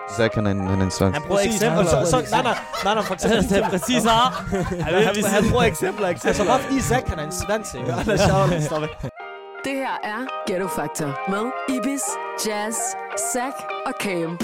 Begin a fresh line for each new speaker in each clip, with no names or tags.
Zack, han er en svensk.
Han bruger eksempler.
Nej, for eksempel.
Det er præcis
Han bruger eksempler. Altså, bare fordi Zack, han er en svensk, ikke?
Det her er Ghetto Factor med Ibis, Jazz, Zack og Cam.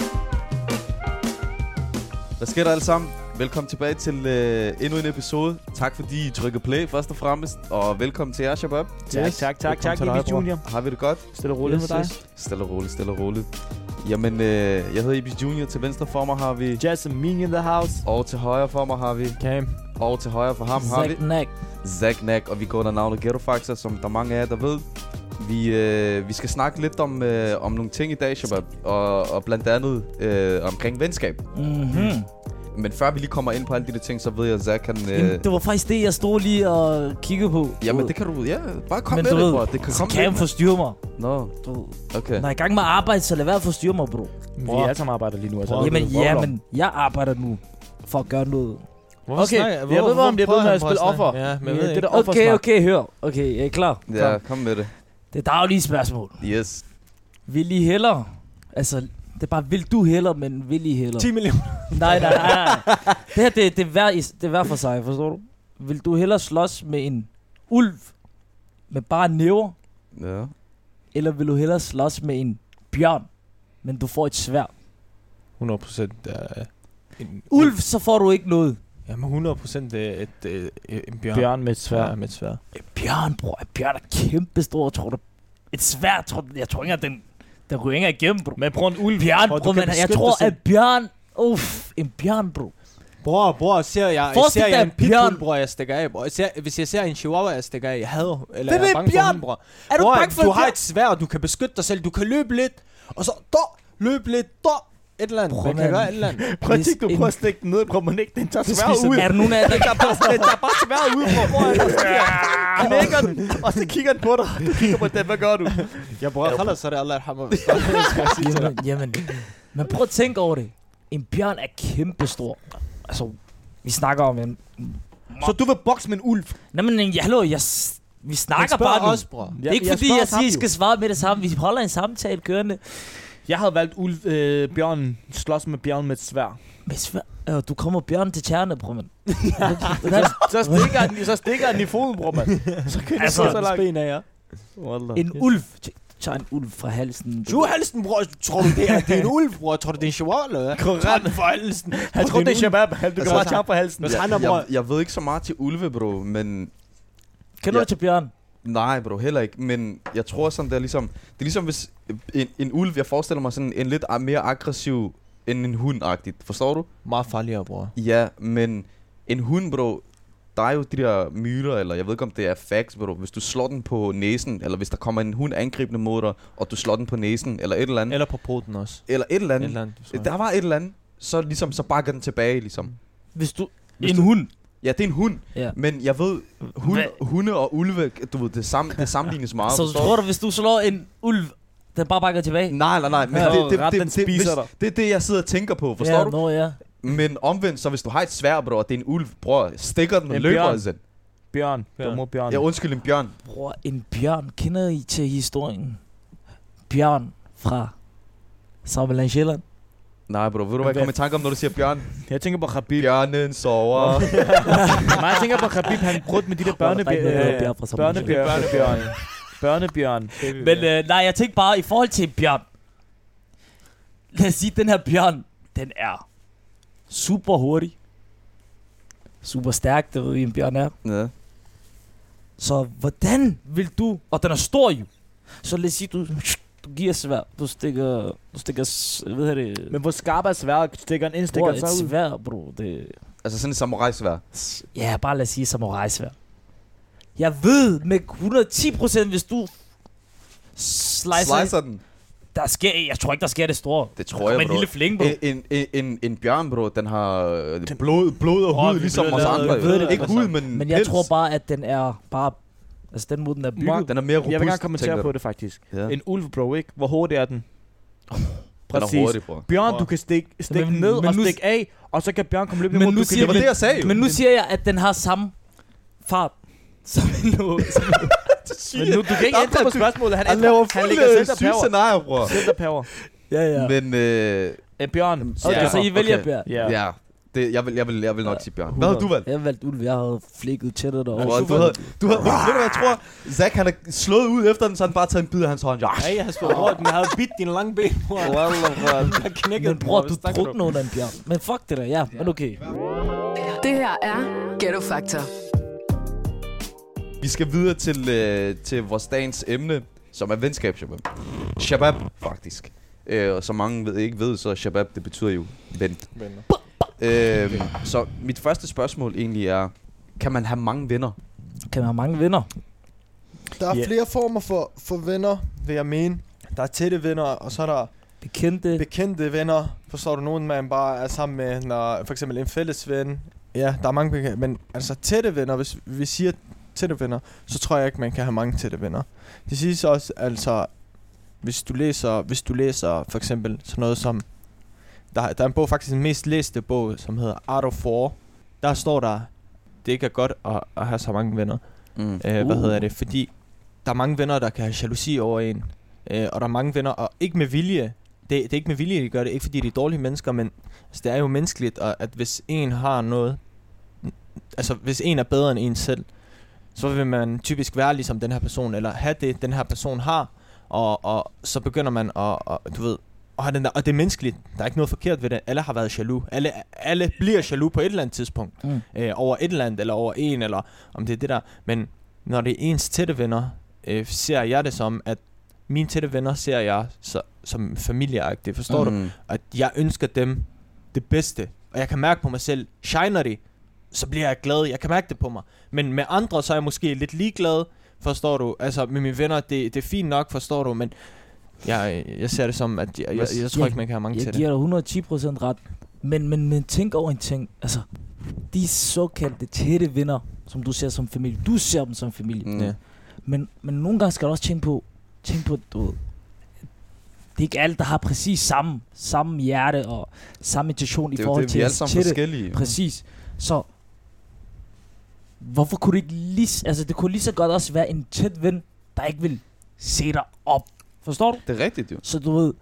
Hvad sker der alle sammen? Velkommen tilbage til endnu en episode. Tak fordi I trykker play først og fremmest. Og velkommen til jer, Shabab.
Tak, Ibis Junior.
Har vi det godt?
Stille og roligt med dig.
Stille og roligt. Jamen, jeg hedder Ibis Junior. Til venstre for mig har vi
Jazz and Ming in the house.
Og til højre for mig har vi
Cam.
Og til højre for ham har vi Zack Nack. Og vi går under navnet Ghetto Factor, som der er mange af jer, der ved. Vi skal snakke lidt om nogle ting i dag, Shabab. Og blandt andet omkring venskab.
Mhm.
Men før vi lige kommer ind på alle de der ting, så ved jeg, at Zack kan...
Det var faktisk det, jeg stod lige og kiggede på.
Jamen, det kan du... Ja, bare kom
men
med det, bro.
Det kan komme Cam forstyrre mig.
Nå, okay.
Når jeg er i gang med at arbejde, så lad være at forstyrre mig, bro.
Vi alle sammen arbejder lige nu. Altså.
Jamen, jeg arbejder nu for at gøre noget.
Okay, jeg ved bare, om det er bedre med at spille offer. Ja, men det der offersnak.
Okay, hør. Okay, jeg er klar.
Ja, kom med det.
Det er daglige spørgsmål.
Yes.
Vil I hellere... Altså, det er bare, vil du hellere, men vil I hellere?
10 millioner.
Nej. Det her, det er hver for sig, forstår du? Vil du hellere slås med en ulv med bare næver?
Ja.
Eller vil du hellere slås med en bjørn, men du får et sværd?
100%
en ulv, så får du ikke noget.
Jamen 100% en bjørn med et sværd.
En bjørn, bror. En bjørn er kæmpestor, tror du. Et sværd, jeg tror ikke, at den ryger ikke igennem, bro.
Men bror, en ulv.
Bjørn, bro, men jeg tror, at bjørn... en bjørn, bro.
Bror, ser jeg en pitbull, bror, jeg stikker af, bror. Hvis jeg ser en chihuahua, jeg stikker af. Jeg hader, eller jeg er bange for hunden, bror.
Er du bange for
du har et sværd, du kan beskytte dig selv. Du kan løbe lidt, og så løbe lidt, et eller andet. Man kan gøre et eller andet.
Prøv at stikke den ned, bror, man ikke. Den tager sværd ud.
Er der nogen af
den tager bare sværd ud, bror. Knækker den, og så kigger den på dig. Du kigger på den, hvad gør du?
Ja, bror, hold så er det Allah hammer.
Jamen, men prøv at tænke over det. En bjørn er kæmpestor. Altså, vi snakker om en...
Så du vil bokse med en ulv?
Nej, men hallo, vi snakker bare nu.
Os, bror.
Det er ikke fordi, jeg siger, I skal svare med det samme. Vi holder en samtale kørende.
Jeg havde valgt bjørnen. Slås med bjørnen med et sværd.
Med sværd? Du kommer bjørnen til tjerne, bror, mand.
så stikker den i foden, bror, mand. Så kan det så langt.
Ben af jer.
En ulv. Tag en ulv fra halsen.
Halsen, bror. Tror du, det er en ulv, bror? Tror du, det er en chihuahua, eller hvad?
Korrekt for halsen.
Jeg tror, det er Shabab.
Du kan bare tage på halsen.
Jeg ved ikke så meget til ulve, bro, men...
Kender du til bjørn?
Nej, bro, heller ikke. Men jeg tror sådan, det er ligesom hvis en ulv, jeg forestiller mig sådan en lidt mere aggressiv end en hund-agtigt. Forstår du?
Meget farligere, bror.
Ja, men en hund, bro, der er jo de der myter, eller jeg ved ikke, om det er facts, bro. Hvis du slår den på næsen, eller hvis der kommer en hund angribende mod dig, og du slår den på næsen, eller et eller andet.
Eller på poten også.
Eller et eller andet. Der var et eller andet. Så ligesom, så bakker den tilbage, ligesom.
Hvis en hund.
Ja, det er en hund. Ja. Men jeg ved, hunde og ulve, du ved, det sammenlignes meget.
Så tror du, hvis du slår en ulv, den bare bakker tilbage?
Nej. Men det er det, jeg sidder og tænker på, forstår du?
Ja.
Men omvendt, så hvis du har et sværd, bror, det er en ulv, bror, stikker den og løber altså.
Bjørn.
Ja, undskyld, en bjørn.
Bror, en bjørn. Kender I til historien? Bjørn fra Sauerland, Sjælland.
Nej, bro. Ved du, hvad jeg kommer i tanke om, når du siger bjørn?
Jeg tænker på Khabib.
Bjørnen sover.
Nej, jeg tænker på Khabib. Han brød med de der børnebjørn.
Men nej, jeg tænker bare, i forhold til en bjørn. Lad os sige, den her bjørn, den er super hurtig. Super stærk, det ved vi, en bjørn er.
Ja.
Så hvordan vil du... Og den er stor jo. Så lad os sige, du giver sværd. Du stikker hvad hedder det?
Men hvor skarp er sværd? Stikker en indstikker så ud?
Et sværd, bro. Det...
Altså sådan en samurai-sværd?
Ja, bare lad os sige samurai-sværd. Jeg ved med 110%, hvis du slicer den. Jeg tror ikke, der sker det store.
Det tror jeg, bro.
En lille fling, bro.
En bjørn, bro, den har blod og hud, ligesom os andre. Ikke hud, men
jeg tror bare, at den er bare... Altså den måde, den er bygget.
Den er mere robust.
Jeg vil gerne kommentere på det, faktisk. Ja. En ulv, bro, ikke? Hvor hurtig er den?
Præcis. Den er hurtig, bro.
Bjørn, du kan stikke ned og stikke af, og så kan bjørn komme løbende mod.
Det var det, jeg sagde.
Men nu siger jeg, at den har samme fart som en ulv.
Men nu, du kan ikke ændre på spørgsmålet. Han
laver fuldt sygt scenario, bror.
Center power.
Ja.
Men...
Bjørn.
Okay, så I vælger Bjørn.
Ja. Jeg vil nok sige Bjørn. Hvad havde du valgt?
Jeg har valgt Ulv. Jeg havde flækket tættet derovre.
Ved du hvad jeg tror? Zach han er slået ud efter den, så han bare taget en bid af hans hånd.
Ja, jeg har slået rundt, men jeg havde bidt dine lange ben, bror. Jeg knækkede.
Men bror, du drukner under en bjørn. Men fuck det der, ja. Men okay.
Det her er Ghetto Factor.
Vi skal videre til vores dagens emne, som er venskab, Shabab. Shabab, faktisk. Og som mange ikke ved, så Shabab, det betyder jo ven. Så mit første spørgsmål egentlig er, kan man have mange venner?
Kan man have mange venner?
Der er flere former for venner, vil jeg mene. Der er tætte venner, og så er der bekendte venner. Forstår du, nogen man bare er sammen med, når for eksempel en fælles ven. Ja, der er mange bekendte, men altså tætte venner, hvis vi siger tætte venner, så tror jeg ikke, man kan have mange tætte venner. Det siges også, altså, hvis du læser for eksempel sådan noget som, der er en bog, faktisk den mest læste bog, som hedder Art of War. Der står der, det ikke er godt at have så mange venner. Fordi der er mange venner, der kan have jalousi over en. Og der er mange venner, og ikke med vilje. Det er ikke med vilje, de gør det. Ikke fordi de er dårlige mennesker, men altså, det er jo menneskeligt, at hvis en har noget, altså hvis en er bedre end en selv, så vil man typisk være ligesom den her person, eller have det, den her person har, og så begynder man at du ved, at have den der, og det er menneskeligt. Der er ikke noget forkert ved det. Alle har været jaloux. Alle bliver jaloux på et eller andet tidspunkt. Over et eller andet, eller over en, eller om det er det der. Men når det er ens tætte venner, ser jeg det som, at mine tætte venner ser jeg som familieagtigt. Forstår du? At jeg ønsker dem det bedste. Og jeg kan mærke på mig selv, shiner de, så bliver jeg glad. Jeg kan mærke det på mig. Men med andre, så er jeg måske lidt ligeglad. Forstår du? Altså med mine venner, det er fint nok, forstår du? Men jeg ser det som, at jeg tror ikke, man kan have mange til det.
Jeg giver dig 110% ret. Men tænk over en ting. Altså, de såkaldte tætte venner, som du ser som familie. Du ser dem som familie.
Ja.
Men nogle gange skal du også tænke på, du ved, det er ikke alt, der har præcis samme hjerte og samme intention i forhold til
vi er alle sammen forskellige.
Præcis. Så hvorfor kunne det ikke det kunne lige så godt også være en tæt ven, der ikke vil se dig op. Forstår du?
Det er rigtigt, jo.
Så du ved,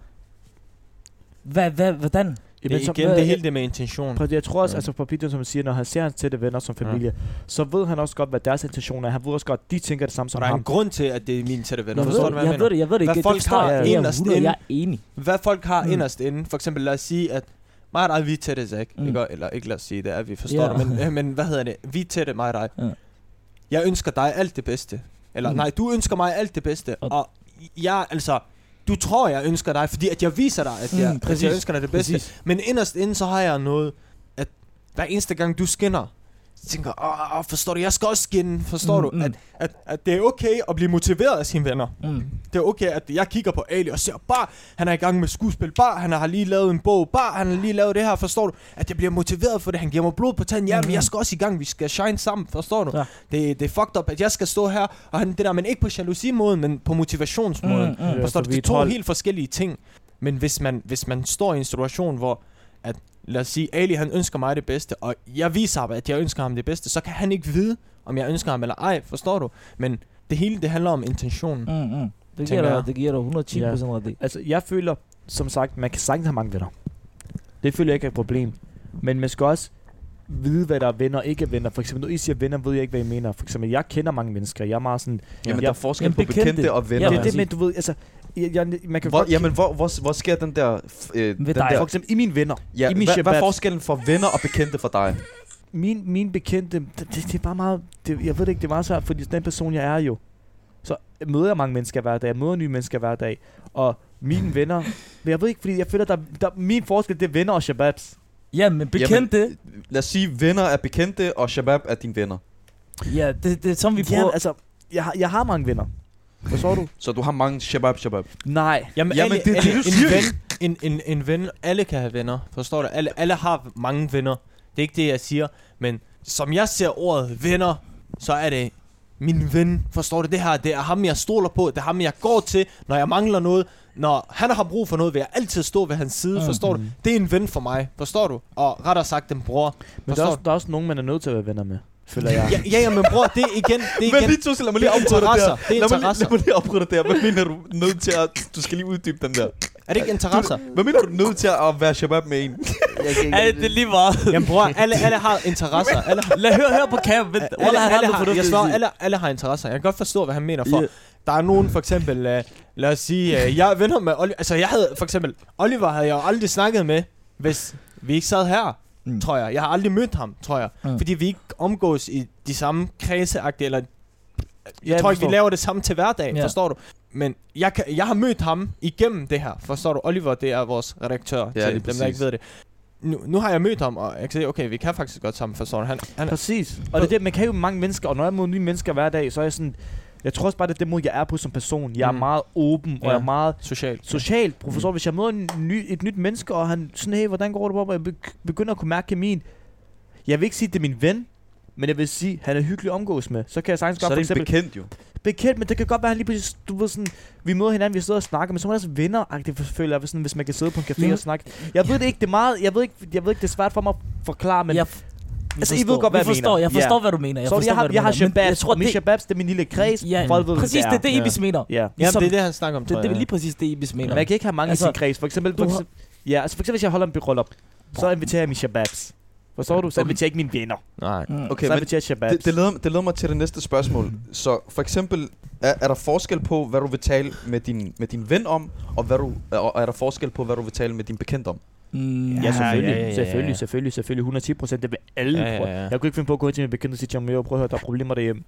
hvordan?
Det er igen det hele det med intention.
Jeg tror også, altså for Peter, som siger, når han ser hans tætte venner som familie, så ved han også godt, hvad deres intention er. Han ved også godt, de tænker det samme som ham.
Der er en grund til, at det er mine tætte venner.
Jeg ved det ikke.
Hvad folk har inderst inde.
Jeg er enig.
Hvad folk har inderst inde. For eksempel lad os sige, at mig og dig, vi er tætte, Zach. Eller ikke lad os sige, det er vi, forstår du. Men hvad hedder det? Vi er tætte, mig og dig. Jeg ønsker dig alt det bedste. Eller nej, du ønsker mig alt det bedste. Og jeg, altså, du tror, jeg ønsker dig, fordi at jeg viser dig, at jeg ønsker dig det bedste. Præcis. Men inderst inde, så har jeg noget, at hver eneste gang du skinner, så tænker forstår du, jeg skal også skinne, forstår du, at det er okay at blive motiveret af sine venner. Det er okay, at jeg kigger på Ali og ser, han er i gang med skuespil, han har lige lavet en bog, han har lige lavet det her, forstår du, at jeg bliver motiveret for det, han giver mig blod på tanden, men jeg skal også i gang, vi skal shine sammen, forstår du. Det er fucked up, at jeg skal stå her, og det der, men ikke på jalousi-måden, men på motivationsmåden, forstår du, det er to helt forskellige ting. Men hvis man står i en situation, hvor at lad os sige, Ali han ønsker mig det bedste, og jeg viser ham, at jeg ønsker ham det bedste, så kan han ikke vide, om jeg ønsker ham eller ej, forstår du? Men det hele, det handler om intentionen.
Det giver dig 110% ret.
Altså, jeg føler, som sagt, man kan sagtens have mange venner. Det føler jeg ikke er et problem. Men man skal også vide, hvad der er venner og ikke er venner. For eksempel, når I siger venner, ved jeg ikke, hvad I mener. For eksempel, jeg kender mange mennesker. Jeg er meget sådan...
Jamen, der er forskel på bekendte og venner.
Ja, det men du ved, altså... man kan
hvor sker den der...
For eksempel, i mine venner.
Ja, hvad er forskellen for venner og bekendte for dig?
Min bekendte, det er bare meget... jeg ved det ikke, det er meget svært, fordi den person, jeg er jo. Så møder jeg mange mennesker hver dag. Jeg møder nye mennesker hver dag. Og mine venner... Men jeg ved ikke, fordi jeg føler, der min forskel, det er venner og shababs.
Ja, men bekendte...
Jamen, lad os sige, venner er bekendte, og shabab er dine venner.
Ja, det er sådan, vi prøver...
Ja, altså, jeg har mange venner. Hvad så du?
Så du har mange shabab?
Nej.
Jamen en ven, alle kan have venner. Forstår du? Alle har mange venner. Det er ikke det, jeg siger. Men som jeg ser ordet venner, så er det min ven. Forstår du? Det her, det er ham, jeg stoler på. Det er ham, jeg går til, når jeg mangler noget. Når han har brug for noget, vil jeg altid stå ved hans side. Forstår du? Det er en ven for mig. Forstår du? Og rettere sagt en bror.
Men der er også nogen, man er nødt til at være venner med. Føler jeg.
Ja, men bror, det er igen...
Men lige lad mig lige afbryde det der.
Det er interesser.
Lad mig lige afbryde det der. Hvad mener du nødt til at... Du skal lige uddybe den der.
Er det ikke interesser?
Hvad mener du nødt til at være shabab med en?
Ja, det er lige meget.
Jamen bror, alle har interesser.
Lad høre på Cam.
Alle har interesser. Jeg kan godt forstå, hvad han mener for. Der er nogen, for eksempel, lad os sige, jeg er venner med Oliver. Altså, jeg havde, for eksempel, Oliver havde jeg jo aldrig snakket med, hvis vi ikke sad her, tror jeg. Jeg har aldrig mødt ham, tror jeg. Fordi vi ikke omgås i de samme kredseagtige, eller jeg tror ikke, vi laver det samme til hverdag, forstår du? Men jeg har mødt ham igennem det her, forstår du? Oliver, det er vores redaktør, til dem, der ikke ved det. Nu har jeg mødt ham, og jeg kan sige, okay, vi kan faktisk godt sammen, forstår du? Han
præcis. Og det er det, man kan jo mange mennesker, og når jeg møder nye mennesker hver dag, så er jeg sådan... Jeg tror også bare, det er den måde, jeg er på som person. Jeg er meget åben, og jeg er meget socialt. Professor, hvis jeg møder et nyt menneske, og han sådan, hey, hvordan går det på? Og jeg begynder at kunne mærke kemien. Jeg vil ikke sige, at det er min ven, men jeg vil sige, at han er hyggelig at omgås med. Så kan jeg sagtens godt
for eksempel... Så er det bekendt jo.
Bekendt, men det kan godt være, han lige pludselig, du ved sådan, vi møder hinanden, vi sidder og snakker, men så er det altså venner-agtigt, føler jeg, sådan, hvis man kan sidde på en café og snakke. Jeg ved det ikke, det er meget, jeg ved ikke, det er svært for mig at forklare, men... Altså, I ved godt, hvad jeg mener.
Jeg forstår, hvad du mener.
Jeg har shababs, og min shababs, det er min lille kreds.
Præcis, det er det, Ibis mener.
Jamen, det er det, han snakker om,
tror jeg. Det er lige præcis det, Ibis mener.
Man kan ikke have mange i sin kreds. For eksempel, hvis jeg holder en bryllup, så inviterer jeg mine shababs. Forstår du? Så inviterer jeg ikke mine venner.
Nej.
Okay,
så inviterer jeg shababs.
Det leder mig til det næste spørgsmål. Så for eksempel, er der forskel på, hvad du vil tale med din ven om, og er der forskel på, hvad du vil tale med din bekendt om?
Ja, selvfølgelig. 110%. Det vil alle prøve. Jeg kunne ikke finde på at gå til min bekendte og sige til ham, prøv at høre, der er problemer derhjemme.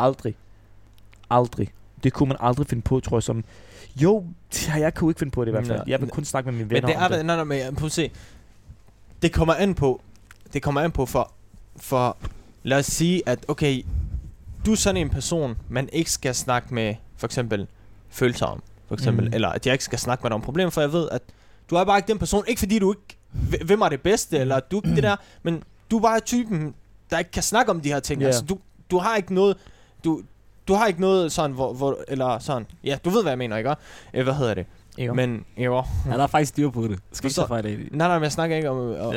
Aldrig. Det kunne man aldrig finde på, tror jeg, som... Jo, jeg kunne ikke finde på det i hvert fald. Jeg vil kun snakke med mine venner
om det. Nej, men prøv at se. Det kommer an på for lad os sige, at okay, du er sådan en person, man ikke skal snakke med, for eksempel, følelser om. For eksempel, eller at jeg ikke skal snakke med dig om problemer, for jeg ved, at du er bare ikke den person, ikke fordi du ikke vil mig det bedste, eller du det der, men du er bare typen, der ikke kan snakke om de her ting. Altså, du har ikke noget, du har ikke noget sådan, hvor eller sådan, ja, du ved, hvad jeg mener, ikke? Hvad hedder det?
Jo.
Men jo.
Ja, der er faktisk styr på det. Skal ikke fejle det.
Nej, men jeg snakker ikke om...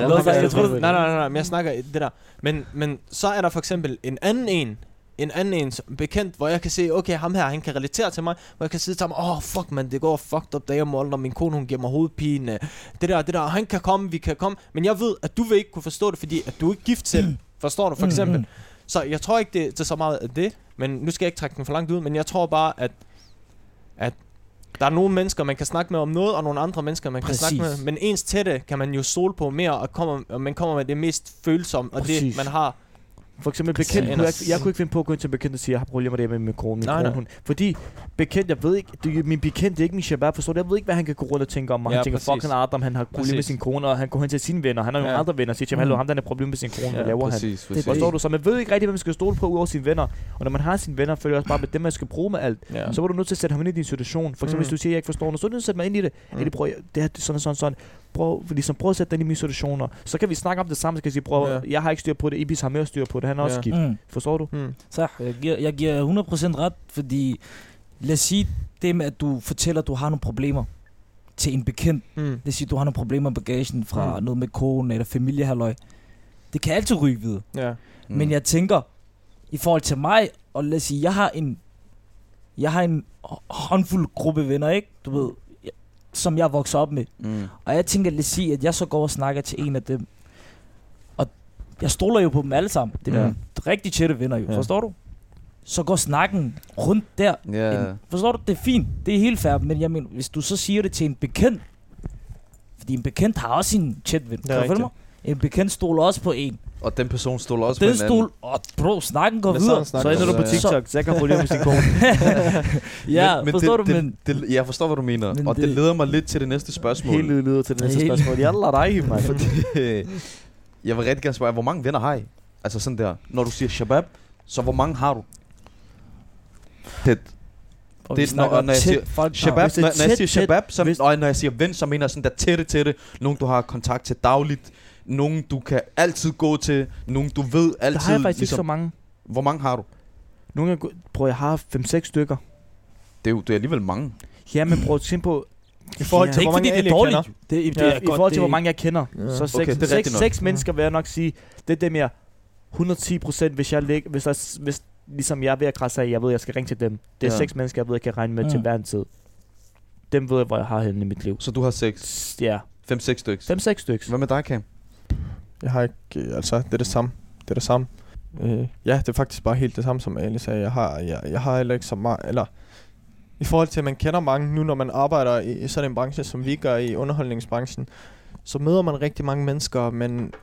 Nej, men jeg snakker det der. Men så er der for eksempel en anden bekendt, hvor jeg kan se, okay, ham her, han kan relatere til mig, hvor jeg kan sige til ham, fuck man, det går fucked up derhjemme, og min kone, hun giver mig hovedpine, det der, han kan komme, vi kan komme, men jeg ved, at du vil ikke kunne forstå det, fordi at du er ikke gift selv, forstår du, for eksempel. Så jeg tror ikke, det er så meget af det, men nu skal jeg ikke trække den for langt ud, men jeg tror bare, at der er nogle mennesker, man kan snakke med om noget, og nogle andre mennesker, man kan snakke med, men ens tætte kan man jo stole på mere, og man kommer med det mest følsomme, og det man har.
For eksempel bekendt, jeg kunne ikke finde på at gå ind til en bekendt og sige, jeg har problemer der med min kone. Fordi bekendt, jeg ved ikke, min bekendt er ikke min shabab, forstår du? Jeg ved ikke, hvad han kan gå rundt og tænke om. Og han tænker, fuck, han er Adam, han har problemer med sin kone, og han går hen til sine venner. Han har nogle andre venner og siger til ham, hallo, ham der har problemer med sin kone, hvad laver han? Forstår du? Så man ved ikke rigtig, hvad man skal stole på ud over sine venner. Og når man har sine venner, følger også bare med dem, man skal bruge med alt. Så var du nødt til at sætte ham ind i din situation. For eksempel, hvis du siger, jeg ikke forstår noget, så er du nødt til at sætte mig ind i det. Det er sådan. Prøv at sætte dig ind i mine situationer. Så kan vi snakke om det samme. Så kan jeg sige, jeg har ikke styr på det. Ibis har mere styr på det. Han er også gift. Forstår du?
Så jeg giver 100% ret, fordi lad os sige det med, at du fortæller, at du har nogle problemer til en bekendt. Lad os sige, at du har nogle problemer med bagagen fra noget med kone eller familiehalløj. Det kan altid ryge videre. Men jeg tænker, i forhold til mig, og lad os sige, jeg har en håndfuld gruppe venner, ikke? Du ved, som jeg vokser op med. Og jeg tænker, lad os sige, at jeg så går og snakker til en af dem. Og jeg stoler jo på dem alle sammen. Det er rigtig tætte venner jo, forstår du? Så går snakken rundt der. Forstår du? Det er fint, det er helt fair. Men jeg mener, hvis du så siger det til en bekendt, fordi en bekendt har også sin chatven. Kan du følge mig? En bekendt stoler også på en.
Og den person stoler også på en anden.
Og bro, snakken går videre.
Så ender du på TikTok, så jeg kan problemer med sin kone.
Men forstår du, men...
Jeg forstår, hvad du mener. Og det leder mig lidt til det næste spørgsmål.
Helt leder til det næste spørgsmål. Jalla dig, mand.
Jeg vil rigtig gerne spørge, hvor mange venner har I? Altså sådan der, når du siger shabab, så hvor mange har du? Når jeg siger shabab, når jeg siger ven, så mener jeg sådan der tætte, nogen du har kontakt til dagligt, nogen du kan altid gå til, nogen du ved altid.
Der har jeg faktisk ligesom, ikke så mange.
Hvor mange har du?
Nogle jeg har 5-6 stykker.
Det er alligevel mange.
Ja, men prøv at tænke på
i forhold til hvor mange jeg kender.
I forhold til hvor mange jeg kender. Så 6 mennesker vil jeg nok sige, det er dem jeg 110%, hvis ligesom jeg er ved at krasse af, jeg ved, jeg skal ringe til dem. Det er 6 mennesker, jeg ved, jeg kan regne med til hver en tid. dem ved jeg, hvor jeg har henne i mit liv.
Så du har 6?
Ja.
5-6 stykker?
5-6 stykker.
Hvad med dig, Cam?
Jeg har ikke, altså det er det samme. Det er det samme. Ja, det er faktisk bare helt det samme, som Ali sagde. Jeg har heller ikke så meget, eller i forhold til, at man kender mange, nu når man arbejder i sådan en branche, som vi gør i underholdningsbranchen, så møder man rigtig mange mennesker, men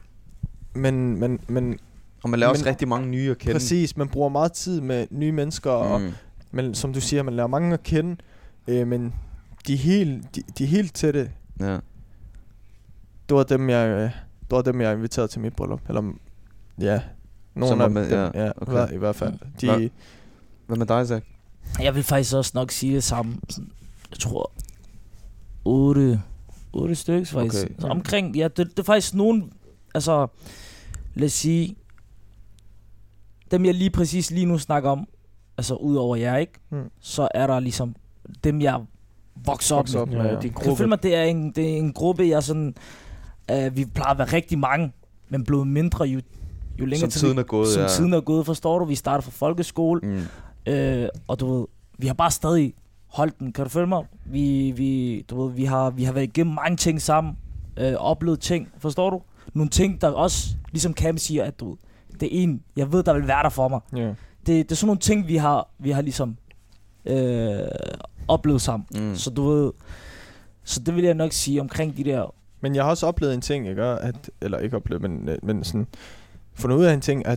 og man lærer også rigtig mange nye at kende.
Præcis, man bruger meget tid med nye mennesker, og men som du siger, man lærer mange at kende, men de er helt tætte.
Ja.
Det var dem, jeg inviterede til mit bryllup. Eller, ja, nogle af dem. Ja, okay. I hvert fald.
Hvad med dig, Zach?
Jeg vil faktisk også nok sige det samme. Jeg tror 8 stykker faktisk. Okay. Så omkring, ja, det er faktisk nogen, altså, lad os sige, dem jeg lige nu snakker om, altså udover jer, ikke? Så er der ligesom dem, jeg vokser op med.
Ja.
Jeg føler mig, det er en gruppe, jeg sådan, vi plejer at være rigtig mange, men blevet mindre jo længere
tiden er gået.
Som tiden er gået, forstår du? Vi starter fra folkeskole, og du ved, vi har bare stadig holdt den, kan du følge mig? Vi har været igennem mange ting sammen, oplevet ting, forstår du? Nogle ting, der også, ligesom Cam siger, at du, det er en, jeg ved, der vil være der for mig.
Yeah.
Det er sådan nogle ting, vi har ligesom oplevet sammen. Så du ved, så det vil jeg nok sige omkring de der.
Men jeg har også oplevet en ting, ikke? Eller ikke oplevet, men sådan fundet ud af en ting,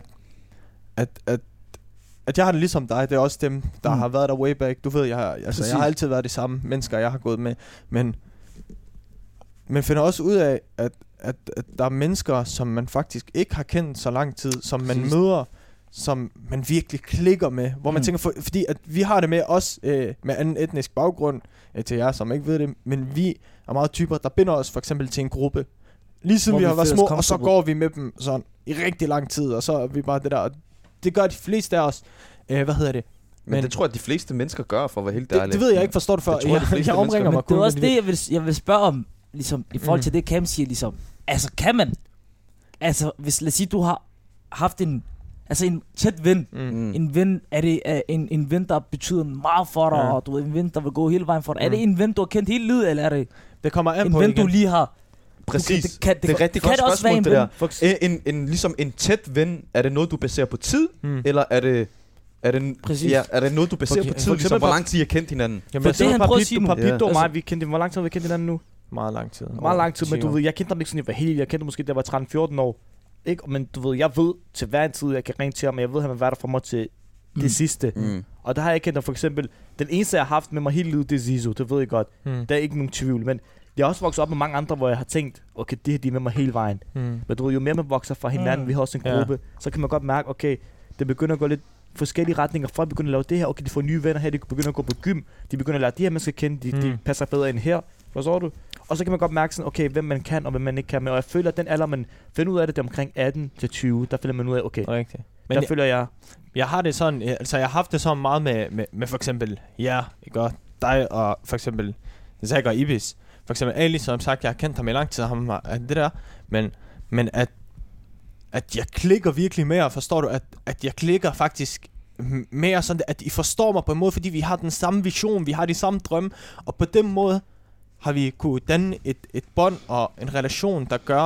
at jeg har det ligesom dig. Det er også dem, der har været der way back. Du ved, jeg har altid været de samme mennesker, jeg har gået med. Men finder også ud af, at der er mennesker, som man faktisk ikke har kendt så lang tid, som man møder, som man virkelig klikker med. Hvor man tænker, fordi at vi har det med os med anden etnisk baggrund, til jer, som ikke ved det, men vi er meget typer, der binder os for eksempel til en gruppe. Ligesom vi har været små, og så går vi med dem sådan i rigtig lang tid, og så er vi bare det der. Det gør de fleste af os. Men
det tror jeg, de fleste mennesker gør, for at være helt ærlig.
Det ved jeg ikke, forstår det før. Jeg omringer mig kun.
Det er også det, jeg vil spørge om, ligesom, i forhold til det, Cam siger, ligesom. Altså, kan man? Altså, hvis, lad os sige, du har haft en tæt ven. En ven, er det en ven, der betyder meget for dig, og du ved, en ven, der vil gå hele vejen for dig. Er det en ven, du har kendt hele livet, eller er det
kommer an
en
på
ven,
igen.
Du lige har?
Præcis.
Det er rigtig godt spørgsmål,
det der. Ligesom en tæt ven, er det noget, du baserer på tid, eller er det noget, du baserer på tid, ligesom hvor lang tid I har kendt hinanden?
Jamen, det han prøver at sige nu.
Papito og mig, hvor lang tid har vi kendt hinanden nu?
Meget lang tid.
Meget lang tid, men du ved, jeg kendte ham ikke sådan, jeg var helt. Jeg kendte måske, da jeg var 13-14 år. Ikke? Men du ved, jeg ved til hver en tid, jeg kan ringe til ham, men jeg ved, at han vil være der for mig til det sidste. Og der har jeg kendt ham for eksempel. Den eneste, jeg har haft med mig hele livet, det er Zizo. Det ved jeg godt. Der er ikke nogen tvivl. Men jeg har også vokset op med mange andre, hvor jeg har tænkt, okay, det her, de er med mig hele vejen. Men du ved, jo mere man vokser fra hinanden, vi har også en gruppe, så kan man godt mærke, okay, det begynder at gå lidt forskellige retninger. Folk begynder at lave det her, okay, de får nye venner her, de begynder at gå på gym, de begynder at lære de her mennesker kende, de passer bedre ind her. Forstår du? Og så kan man godt mærke sådan, okay, hvem man kan og hvem man ikke kan. Og jeg føler, at den alder, man finder ud af det, er omkring 18 til 20. Der finder man ud af, okay, men der føler jeg...
Jeg har det sådan, altså jeg har haft det sådan meget med for eksempel dig og for eksempel Zach og Ibis. For eksempel Ali, som sagt, jeg har kendt ham i lang tid, ham det der. Men at jeg klikker virkelig mere, forstår du? At jeg klikker faktisk mere sådan, at I forstår mig på en måde, fordi vi har den samme vision, vi har de samme drømme, og på den måde har vi kunne danne et bånd og en relation, der gør,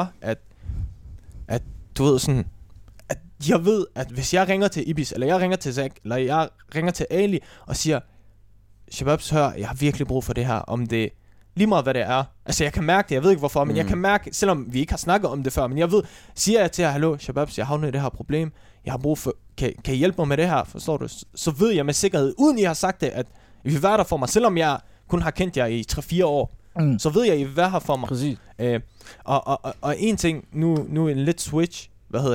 at du ved sådan, at jeg ved, at hvis jeg ringer til Ibis, eller jeg ringer til Zach, eller jeg ringer til Ali, og siger, Shababs, hør, jeg har virkelig brug for det her, om det lige meget hvad det er. Altså jeg kan mærke det, jeg ved ikke hvorfor, men jeg kan mærke, selvom vi ikke har snakket om det før, men jeg ved, siger jeg til jer, hallo Shababs, jeg havner i det her problem, jeg har brug for, kan I hjælpe mig med det her, forstår du? Så ved jeg med sikkerhed, uden I har sagt det, at I vil være der for mig, selvom jeg kun har kendt jer i 3-4 år, så ved jeg, at I vil være her for mig.
Præcis.
Og en ting, nu en lidt switch,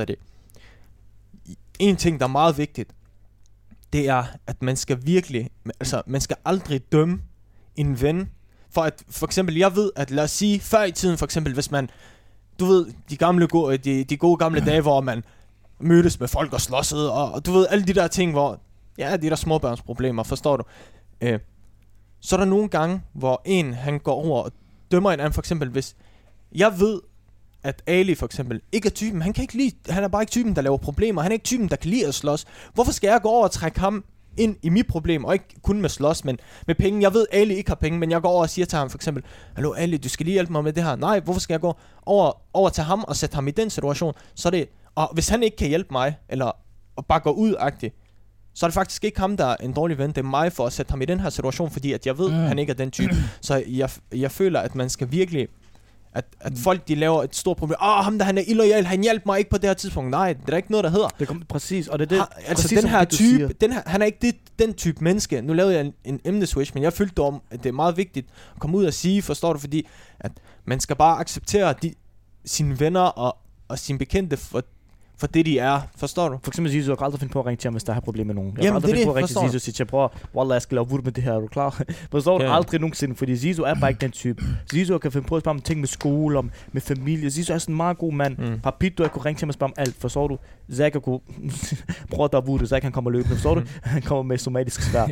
en ting, der er meget vigtigt, det er, at man skal virkelig, altså man skal aldrig dømme en ven, for eksempel, jeg ved, at lad os sige, før i tiden for eksempel, hvis man, du ved, de gode gamle dage, hvor man mødtes med folk og slåssede, og du ved, alle de der ting, hvor, ja, de der småbørnsproblemer, forstår du? Så er der nogle gange, hvor han går over og dømmer en anden, for eksempel, hvis jeg ved, at Ali for eksempel ikke er typen, han er bare ikke typen, der laver problemer, han er ikke typen, der kan lide at slås. Hvorfor skal jeg gå over og trække ham ind i mit problem, og ikke kun med slås, men med penge. Jeg ved, Ali ikke har penge, men jeg går over og siger til ham for eksempel, hallo Ali, du skal lige hjælpe mig med det her. Nej, hvorfor skal jeg gå over til ham og sætte ham i den situation? Så det, og hvis han ikke kan hjælpe mig, eller og bare gå ud-agtigt, så er det faktisk ikke ham, der er en dårlig ven. Det er mig for at sætte ham i den her situation, fordi at jeg ved, han ikke er den type. Så jeg føler, at man skal virkelig... At folk, de laver et stort problem. Ham der, han er illoyal, han hjalp mig ikke på det her tidspunkt. Nej, det er ikke noget, der hedder.
Det kommer præcis, og det er det.
Altså præcis, den her type, han er ikke den type menneske. Nu lavede jeg en emneswitch, men jeg følte om, at det er meget vigtigt at komme ud og sige, forstår du, fordi at man skal bare acceptere sine venner og sine bekendte for det de er, forstår du?
For eksempel Zizo, jeg kan aldrig finde på at ringe til ham, hvis der har problemer med nogen. Jeg
kan
aldrig finde på at ringe
til
Zizo og sige til ham, wallah, jeg skal lave vud med det her, er du klar? Forstår du? Aldrig nogensinde, fordi Zizo er bare ikke den type. Zizo kan finde på at spørge om ting med skole, om med familie. Zizo er sådan en meget god mand. Papito, jeg kunne ringe til ham og spørge om alt, forstår du? Zach, jeg kunne prøve at der vud, Zach han kommer løbende, forstår du? Han kommer med somatisk svær.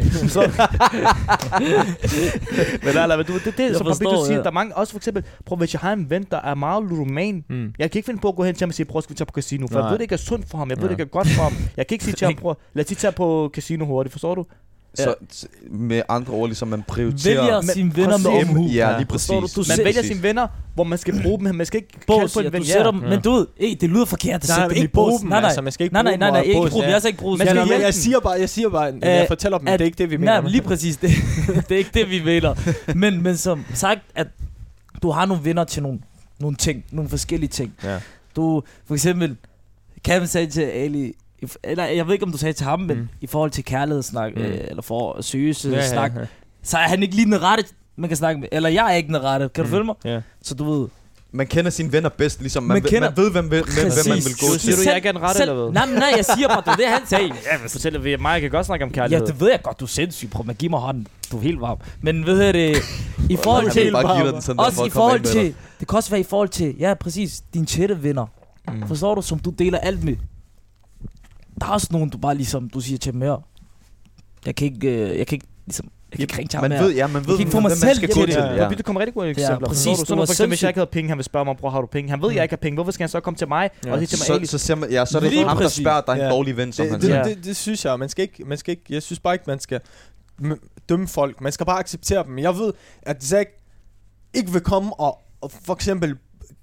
Men det som Papito siger, der er mange, også for eksempel, prøv hvis jeg har en ven, der er meget ludoman. Jeg kan ikke finde på at gå hen til ham og sige, prøv skal vi tage på casino, for jeg ved det ikke er sundt for ham, jeg ved det ikke er godt for ham. Jeg kan ikke sige til ham, prøv lad os lige tage på casino hurtigt, forstår du?
Så med andre ord, ligesom man prioriterer...
Vælger sine venner med omhu.
Ja, lige præcis.
Man vælger sine venner, hvor man skal bruge dem, man skal ikke kalde på en ven.
Men du ved, det lyder forkert.
Nej, men ikke bruge dem,
nej, ikke bruge dem. Jeg skal ikke bruge dem.
Jeg siger bare, jeg fortæller dem, det er ikke det, vi mener.
Nej, lige præcis, det er ikke det, vi mener. Men som sagt, at du har nogle venner til nogle ting, nogle forskellige ting. Du, for eksempel, Kevin sagde til Ali, eller jeg ved ikke om du sagde til ham, men i forhold til kærlighedssnak eller for seriøse-snak, så er han ikke lige den rette, man kan snakke med, eller jeg er ikke den rette, kan du følge mig? Så du ved,
man kender sine venner bedst, ligesom man ved hvem man vil gå til.
Siger du, jeg ikke er den rette, eller hvad?
Nej, jeg siger bare, det han sagde.
Ja, fortæller vi, mig jeg kan godt snakke om kærlighed.
Ja, det ved jeg godt, du er sindssyg, prøv at give mig hånden, du er helt varm. Men ved det, i forhold til, også i forhold til, det kan også være i forhold til, ja præcis, dine venner. Forstår du, som du deler alt med. Der er også nogen, du bare ligesom, du siger til dem her. Jeg kan ikke ringe til ham mere.
Man ved,
ikke få mig selv
skal gå til.
Det kommer rigtig gode eksempler.
Præcis,
så for eksempel, hvis jeg ikke havde penge, han vil spørge mig, bror, har du penge? Han ved, jeg ikke har penge. Hvorfor skal han så komme til mig? Og sige til mig,
så er det ham, der spørger, der er en dårlig ven, som han siger.
Det synes jeg. Man skal ikke, jeg synes bare ikke, man skal dømme folk. Man skal bare acceptere dem. Jeg ved, at Zach ikke vil komme og for eksempel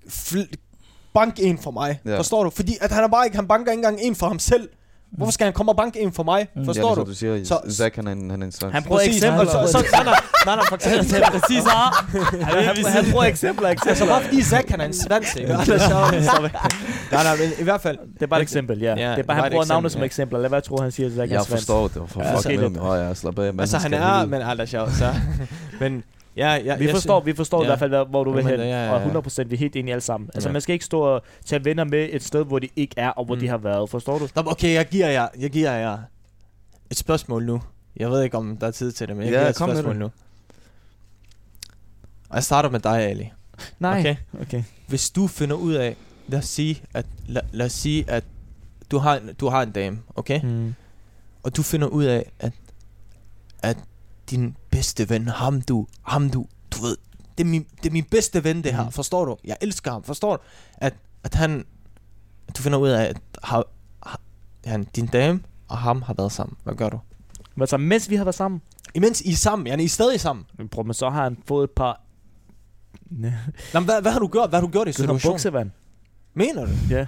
bank en for mig. Forstår du? Fordi at han banker ikke engang en for ham selv. Hvorfor skal han komme og banke en for mig? Forstår du?
Du siger, så Zach han er en slags.
Han bruger eksempler.
Nej, for eksempel.
Præcis,
han bruger eksempler.
Altså bare fordi Zach han er en svans, ikke? Nej, men i hvert fald.
Det er bare et eksempel, ja. Det er bare, han bruger navnet som eksempel. Lad være tro, han siger, Zach er svans.
Jeg forstår det. For fuck slap af.
Altså han er, men aldrig sjov, så. Men
vi forstår i hvert fald, hvor du vil hen, og 100% vi er helt enige alle sammen. Altså man skal ikke stå og tage venner med et sted, hvor de ikke er, og hvor de har været, forstår du?
Okay, jeg giver jer et spørgsmål nu. Jeg ved ikke, om der er tid til det, men jeg giver et spørgsmål nu. Og jeg starter med dig, Ali.
Nej. Okay.
Hvis du finder ud af, lad os sige, at du har en dame, okay? Og du finder ud af, at din bedste ven, ham du ved, det er min bedste ven det her, forstår du? Jeg elsker ham, forstår du? At du finder ud af, at din dame og ham har været sammen. Hvad gør du?
Altså, mens vi har været sammen?
Imens I er sammen, I er stadig sammen.
Men så har han fået et par...
Hvad har du gjort? Hvad har du gjort i situationen?
Buksevand.
Mener du?
Ja.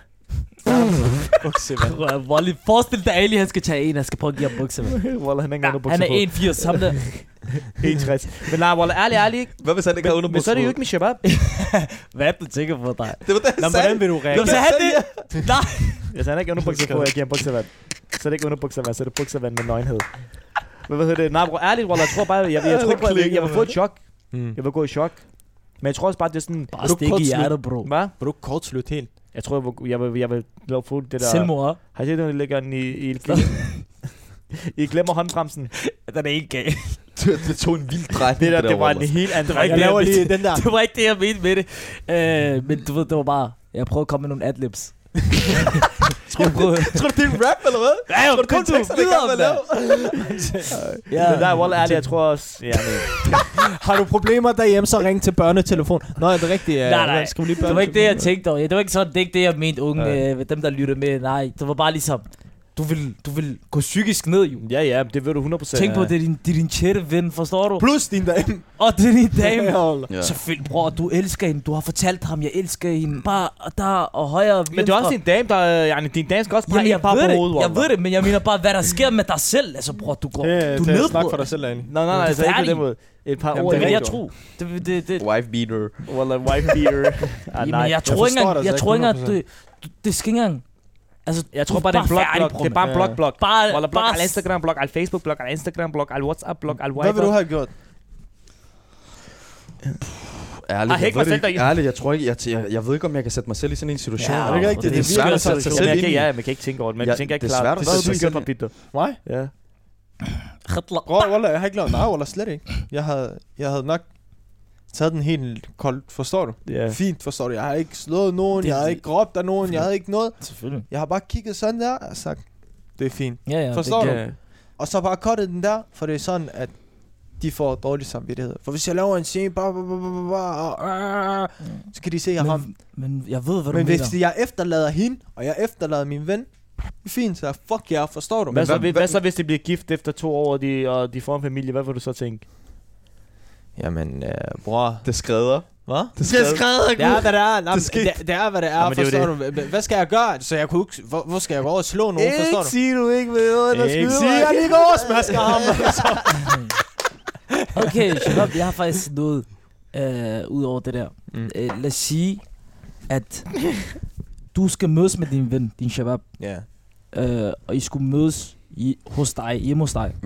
Volley, forestil dig Ali, han skal tage en, han skal prøve at give ham buksevand.
Wallah, han er ikke underbukser på.
Han er 1,80, ham der.
1,60. Men nej, Wallah, ærlig ikke.
Hvad hvis han ikke har underbukser på?
Men så er det jo ikke med shabab.
Hvad er du tænker på dig?
Det var det, han sagde.
Hvordan vil du reagere?
Så han det? Nej.
Hvis han ikke underbukser på, jeg giver ham buksevand. Så er det ikke underbuksevand, så er det buksevand med nøgenhed. Men hvad hedder det? Nej, bro, ærligt, Wallah, jeg tror bare, jeg vil få et chok. Jeg vil gå i chok. Men jeg tror også bare, det er sådan...
Bare stik i hjertet, bro.
Hvad?
Vil du kortslutte helt?
Jeg tror, jeg vil lave fuld det der...
Selvmord.
Har I set, når de lægger den i I glemmer håndbremsen.
Den er ikke gal.
Det tog en vild drejning.
Det var en helt anden
drejning. Jeg laver lige den der. Det var ikke det, jeg mente med det. Men du ved, det var bare... Jeg prøvede at komme med nogle adlibs.
Tror du, det er en rap, eller hvad?
Ja, jo, kom du videre,
ja. Det der er vold ærligt, jeg tror også... Ja,
har du problemer derhjemme, så ring til børnetelefon. Nå, er det rigtigt?
Nej. Det var ikke det, jeg tænkte over. Det var ikke sådan, det er ikke det, jeg mente unge, dem der lytter med. Nej, det var bare ligesom... du vil gå psykisk ned, jo.
Ja, det vil du 100%.
Tænk på, det er din tætte ven, forstår du?
Plus din dame.
Og det er din dame.
Ja.
Selvfølgelig, bror, du elsker hende. Du har fortalt ham, jeg elsker hende. Bare der og højre og
Men det er også din dame, der... din dame skal også bare
jeg
par på hovedet.
Jeg ved det, men jeg mener bare, hvad der sker med dig selv. Altså, bror, du nedbryder.
Snak for dig selv, egentlig.
Nej, altså ikke på den måde. Et par ord.
Det vil jeg tro. Det.
Wife beater.
Well, wife beater.
Nej, jeg tror ikke engang, det skal ikke engang. Altså,
jeg tror bare, det er en blog. Det er bare en blog.
Bare
al Instagram blog, al Facebook blog, al Instagram blog, al WhatsApp blog, al Viber.
Hvad vil du have gjort?
Ærligt, jeg tror ikke, jeg ved ikke, om jeg kan sætte mig selv i sådan en situation.
Ja, det er rigtigt.
Det er svært at sætte sig selv ind i.
Ja, man kan ikke tænke over det, men jeg tænker ikke klart.
Det er svært at sætte sig selv ind.
Mig?
Ja.
Wallah, jeg har ikke lavet nej, slet ikke. Jeg havde nok taget den helt koldt, forstår du?
Yeah.
Fint, forstår du? Jeg har ikke slået nogen, jeg har ikke råbt af nogen, jeg havde ikke noget.
Selvfølgelig.
Jeg har bare kigget sådan der og sagt, det er fint.
Ja,
forstår du? Og så bare cuttet den der, for det er sådan, at de får dårlig samvittighed. For hvis jeg laver en scene, så kan de se, at jeg har ham.
Men jeg ved, hvad du
mener. Men
hvis
jeg efterlader hende, og jeg efterlader min ven, det er fint, så fuck jer, forstår du?
Hvad så hvis de bliver gift efter 2 år, og de får en familie? Hvad vil du så tænke?
Jamen, bror.
Det skrædder.
Hvad?
Det skrædder,
det er, hvad det er. Det er, hvad det er, forstår du? Hvad skal jeg gøre? Så jeg kunne ikke... Hvor skal jeg gå over og slå nogen, forstår du?
Ikke sige du ikke ved noget, der skyder mig.
Ikke sige, jeg lige går og smasker ham.
Okay, Shabab, jeg har faktisk noget ud over det der. Lad os sige, at du skal mødes med din ven, din Shabab.
Ja.
Og I skulle mødes hjemme hos dig.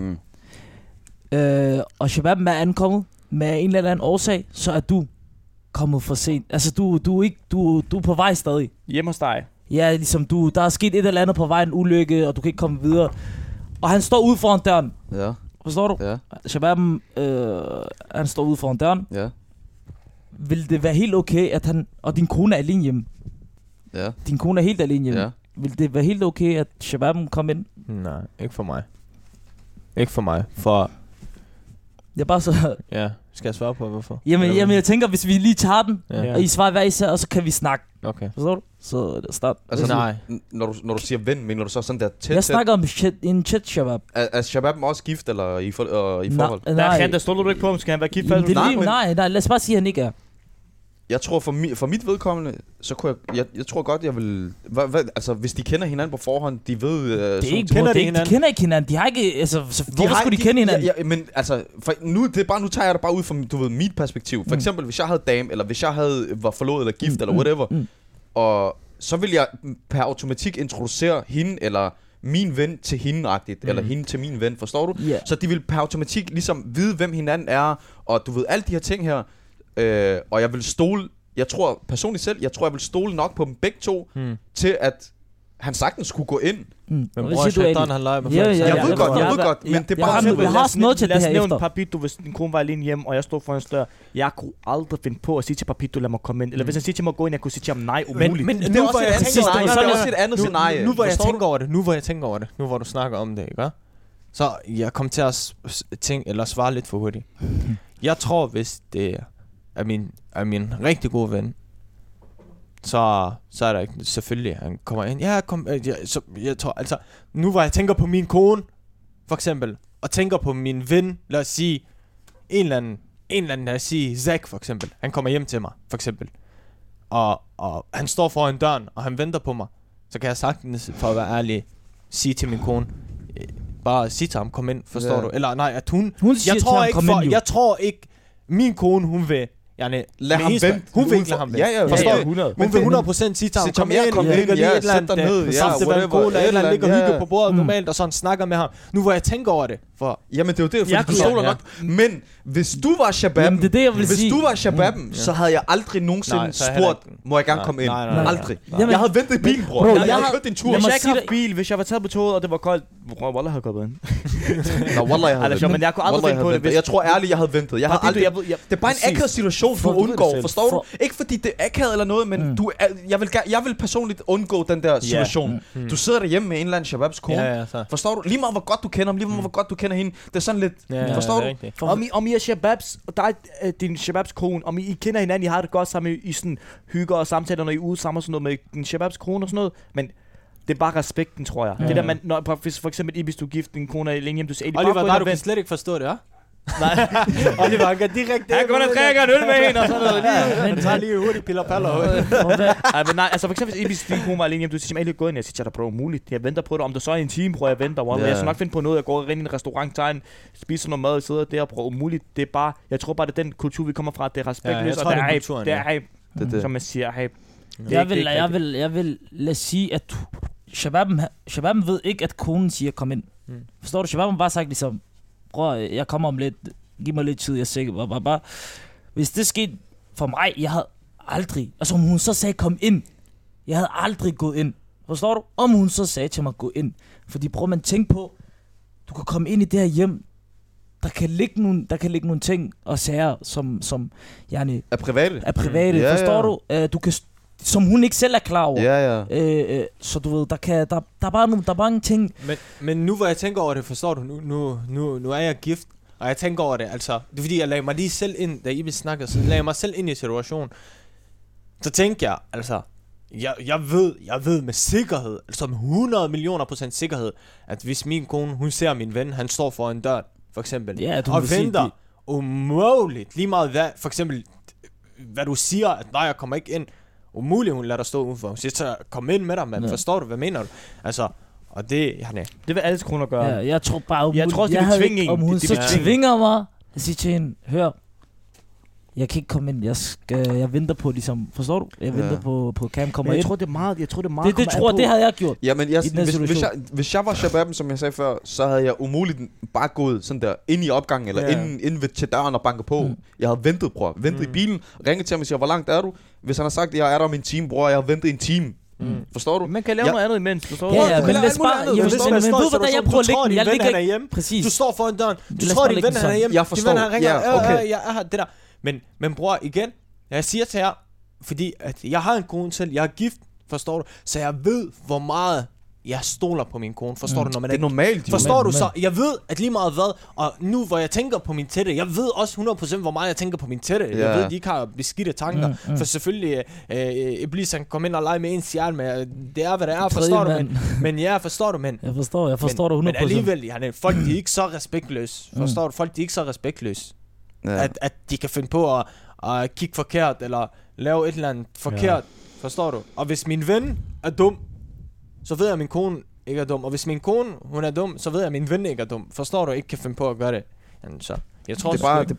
Og Shabab er ankommet med en eller anden årsag, så er du kommet for sent. Altså du er på vej stadig.
Hjemme hos dig?
Ja, ligesom der er sket et eller andet på vejen, en ulykke, og du kan ikke komme videre. Og han står ude foran døren.
Ja.
Forstår du?
Ja.
Shabab, han står ude foran døren.
Ja.
Vil det være helt okay, at han... Og din kone er alene hjemme.
Ja.
Din kone er helt alene hjemme.
Ja.
Vil det være helt okay, at Shabab kommer ind?
Nej, ikke for mig. Ikke for mig. For...
Det er bare så...
Ja, skal jeg svare på, hvorfor?
Jamen jeg tænker, hvis vi lige tager den, og I svarer hver især, og så kan vi snakke.
Okay.
Forstår du? Så start.
Altså,
nej.
Når du siger ven, mener du så sådan der tæt?
Jeg snakker om en chat Shabab.
Er Shabab også gift, eller i forhold?
Nej.
Der stoler du ikke på, om skal han være gift?
Nej, lad os bare sige, at han ikke er.
Jeg tror for mit vedkommende, så kunne jeg tror godt, jeg vil... altså, hvis de kender hinanden på forhånd, de ved...
De kender ikke hinanden. De har ikke... Altså, hvorfor skulle de kende hinanden?
Ja, men altså... Nu tager jeg det bare ud fra, du ved, mit perspektiv. For eksempel, hvis jeg havde dame, eller hvis jeg var forlovet eller gift, eller whatever. Og så vil jeg per automatik introducere hende, eller min ven til hende-agtigt, eller hende til min ven, forstår du?
Yeah.
Så de vil per automatik ligesom vide, hvem hinanden er, og du ved, alle de her ting her. Og jeg vil stole, jeg tror personligt selv, jeg vil stole nok på dem begge to, til at han sagtens skulle gå ind.
Men bror, Shaitan, han leger med folk.
Jeg ved godt, men det er bare...
Jeg har også noget til det her efter.
Lad os nævne Papito, hvis din kone var alene hjemme, og jeg stod foran en dør. Jeg kunne aldrig finde på at sige til Papito, lad mig komme ind. Eller hvis han siger til mig at gå ind, jeg kunne sige til ham nej, umuligt.
Men nu hvor jeg
tænker over det,
nu hvor jeg tænker over det, nu hvor du snakker om det, ikke? Så jeg kom til at tænke, eller svare lidt for hurtigt. Jeg tror, hvis det er min rigtig gode ven, så er der ikke selvfølgelig, han kommer ind. Jeg tror, altså, nu hvor jeg tænker på min kone, for eksempel, og tænker på min ven, lad os sige, en eller anden, lad os sige, Zach for eksempel, han kommer hjem til mig, for eksempel, og han står foran døren, og han venter på mig, så kan jeg sagtens, for at være ærlig, sige til min kone, bare sige til ham, kom ind, forstår du? Eller nej, at hun
siger til ham, kom ind,
jeg tror ikke, min kone, hun vil...
lad ham vente.
Hun vil ikke lade ham vente.
Ja,
forstår du?
100.
Hun vil 100% sige til ham, kom ind, ligger lige et eller andet, saftevand, cola, et eller andet, ligger og hygger på bordet normalt, og sådan snakker med ham. Nu hvor jeg tænker over det, for...
Jamen det er jo det, fordi du stoler nok. Men hvis du var Shababen, så havde jeg aldrig nogensinde spurgt, må jeg gerne komme ind? Aldrig. Jeg havde ventet i bilen, bror. Jeg havde kørt din tur.
Hvis jeg ikke havde bil, hvis jeg var taget på toget, og det var koldt, Wallah havde kommet ind.
Nå, Wallah, jeg havde ventet.
Men jeg kunne aldrig finde på det.
Jeg tror ærligt, jeg havde ventet. Det er bare en akavet situation, du undgår, forstår du? Ikke fordi det er akavet eller noget, men jeg vil personligt undgå den der situation. Du sidder derhjemme med en eller anden Shababs kone. Forstår du? Lige meget hvor godt du kender ham, lige meget hvor godt du kender hende. Det er sådan lidt, forstår du?
Om I er Shababs, og dig din Shababs kone, om I kender hinanden, I har det godt sammen, I sådan hygger og samtaler, når I er ude sammen og sådan noget med din Shababs kone og sådan noget, men Det er bare respekten, tror jeg. Det der, man, når, hvis for eksempel Ibis, du gift din kone længe hjem, du siger,
Oliver, du kan slet ikke forstå det, ja?
Nej.
Oliver, han kan direkte...
Han går og drikker en øl med hende og sådan noget.
Han tager lige hurtigt piller paller.
Men nej, altså for eksempel, hvis Ibis, din kone var alene hjem, du siger, jeg er gået ind, jeg siger, bro, muligt. Jeg venter på det. Om du så er i en time, prøver jeg venter. Jeg skal nok finde på noget. Jeg går ind i en restaurant, tager spiser noget mad, sidder der og prøver umuligt. Det er bare, jeg tror bare, det er den kultur, vi kommer fra. Det er respektløst, og det er hype, som man siger, hype.
Jeg vil lade sige, at Shababen ved ikke, at konen siger, kom ind. Forstår du? Shababen bare sagt ligesom, bror, jeg kommer om lidt, giv mig lidt tid, jeg er sikker. Bare. Hvis det skete for mig, jeg havde aldrig, altså om hun så sagde, kom ind, jeg havde aldrig gået ind. Forstår du? Om hun så sagde til mig, gå ind. Fordi bror, man tænker på, du kan komme ind i det her hjem, der kan ligge nogle ting og sager, som
er private.
Ja, forstår du? Du kan, som hun ikke selv er klar over.
Ja.
Så du ved, der er bare mange ting.
Men nu hvor jeg tænker over det, forstår du, nu er jeg gift, og jeg tænker over det, altså, det er fordi, jeg lagde mig lige selv ind, da Ibis snakkede, så lagde jeg mig selv ind i situationen. Så tænker jeg, altså, jeg ved med sikkerhed, altså 100% sikkerhed, at hvis min kone, hun ser min ven, han står foran døren, for eksempel, og venter umuligt, lige meget hvad, for eksempel, hvad du siger, at nej, jeg kommer ikke ind, umuligt, hun lader dig stå udenfor. Hun siger, så kom ind med dig, men forstår du, hvad mener du? Altså, og det,
det vil alle kroner gøre.
Ja, jeg tror bare,
jeg tror, det vil tvinge en.
Om hun så tvinger mig, jeg siger til hende, hør, jeg kan ikke komme ind, jeg venter på, ligesom, forstår du? Jeg venter på Cam kommer ind.
Jeg tror, det er meget
det havde jeg gjort.
Ja, men hvis jeg var Shababen, som jeg sagde før, så havde jeg umuligt bare gået sådan der ind i opgangen, eller ind ved til døren og banket på. Jeg havde ventet, bror. Ventet i bilen, ringet til ham og siger, hvor langt er du? Hvis han har sagt, jeg er der om en time, bror, jeg har ventet en time. Forstår du?
Man kan lave noget andet imens, forstår du?
Ja, men lad bare, men ved hvordan jeg prøver at lægge den, jeg ligger
hjemme. Præcis. Du står foran døren, du tror din ven han er hjemme.
Jeg forstår.
Din ven han ringer, jeg er her, det der. Men bror, igen, jeg siger til jer, fordi at jeg har en kone selv, jeg er gift, forstår du? Så jeg ved, hvor meget jeg stoler på min kone, forstår du? Når man
det er normalt,
forstår du så? Jeg ved, at lige meget hvad, og nu hvor jeg tænker på min tætte, jeg ved også 100% hvor meget jeg tænker på min tætte. Jeg ved, de ikke har beskidte tanker, for selvfølgelig, Iblis han kommer ind og leger med ens hjerne, men det er, hvad det er, forstår du? Men ja, forstår du, men...
Jeg forstår det 100%.
Men alligevel, folk de er ikke så respektløse, forstår du? Folk de er ikke så respektløse. Ja. At de kan finde på at kigge forkert, eller lave et eller andet forkert, forstår du? Og hvis min ven er dum, så ved jeg, at min kone ikke er dum. Og hvis min kone, hun er dum, så ved jeg, at min ven ikke er dum. Forstår du? Ikke kan finde på at gøre det. Så jeg tror,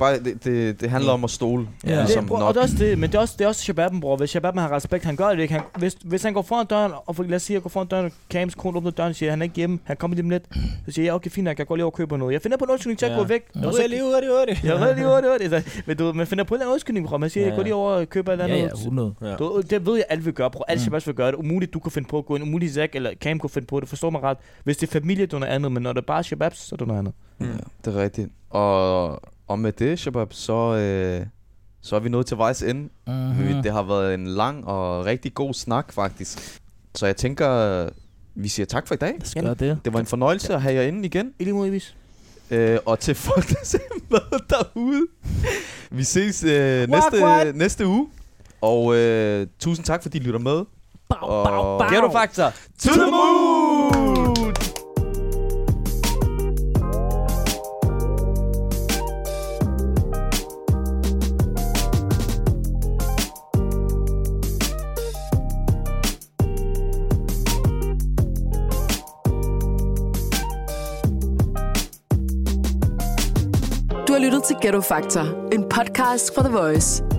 det handler om at stole.
Ja. Og det er også det, men det er også Shababen, bror. Hvis Shababen har respekt, han gør det ikke. Hvis han går foran døren, og lad os sige, at jeg går foran døren, og Cams kone åbner døren og siger, han er ikke hjemme, han kommer lige lidt. Så siger jeg, okay, fint, jeg kan gå lige over og købe noget. Jeg finder på en undskyldning til at gå væk.
Jeg redder lige hurtigt.
Men man finder på en eller anden undskyldning, bror. Man siger, jeg går lige over og køber et eller andet. Det ved jeg, alle vil gøre, bror. Alle Shababs vil gøre det. Umuligt, du kan finde på at gå ind. Umuligt, Zack eller Cam kan finde på det. Forstår mig ret. Hvis det er familie, det er noget andet, men når det er bare Shababs, så er det noget andet.
Ja, det er rigtigt. Og med det, Shabab, så er vi nået til vejs ende. Det har været en lang og rigtig god snak, faktisk. Så jeg tænker, vi siger tak for i dag. Det var en fornøjelse at have jer inde igen.
I lige modvis.
Og til folk, der ser med derude. Vi ses næste uge. Og tusind tak, fordi I lytter med.
Ghetto Factor
to the moon!
Du har lyttet til Ghetto Factor, en podcast fra The Voice.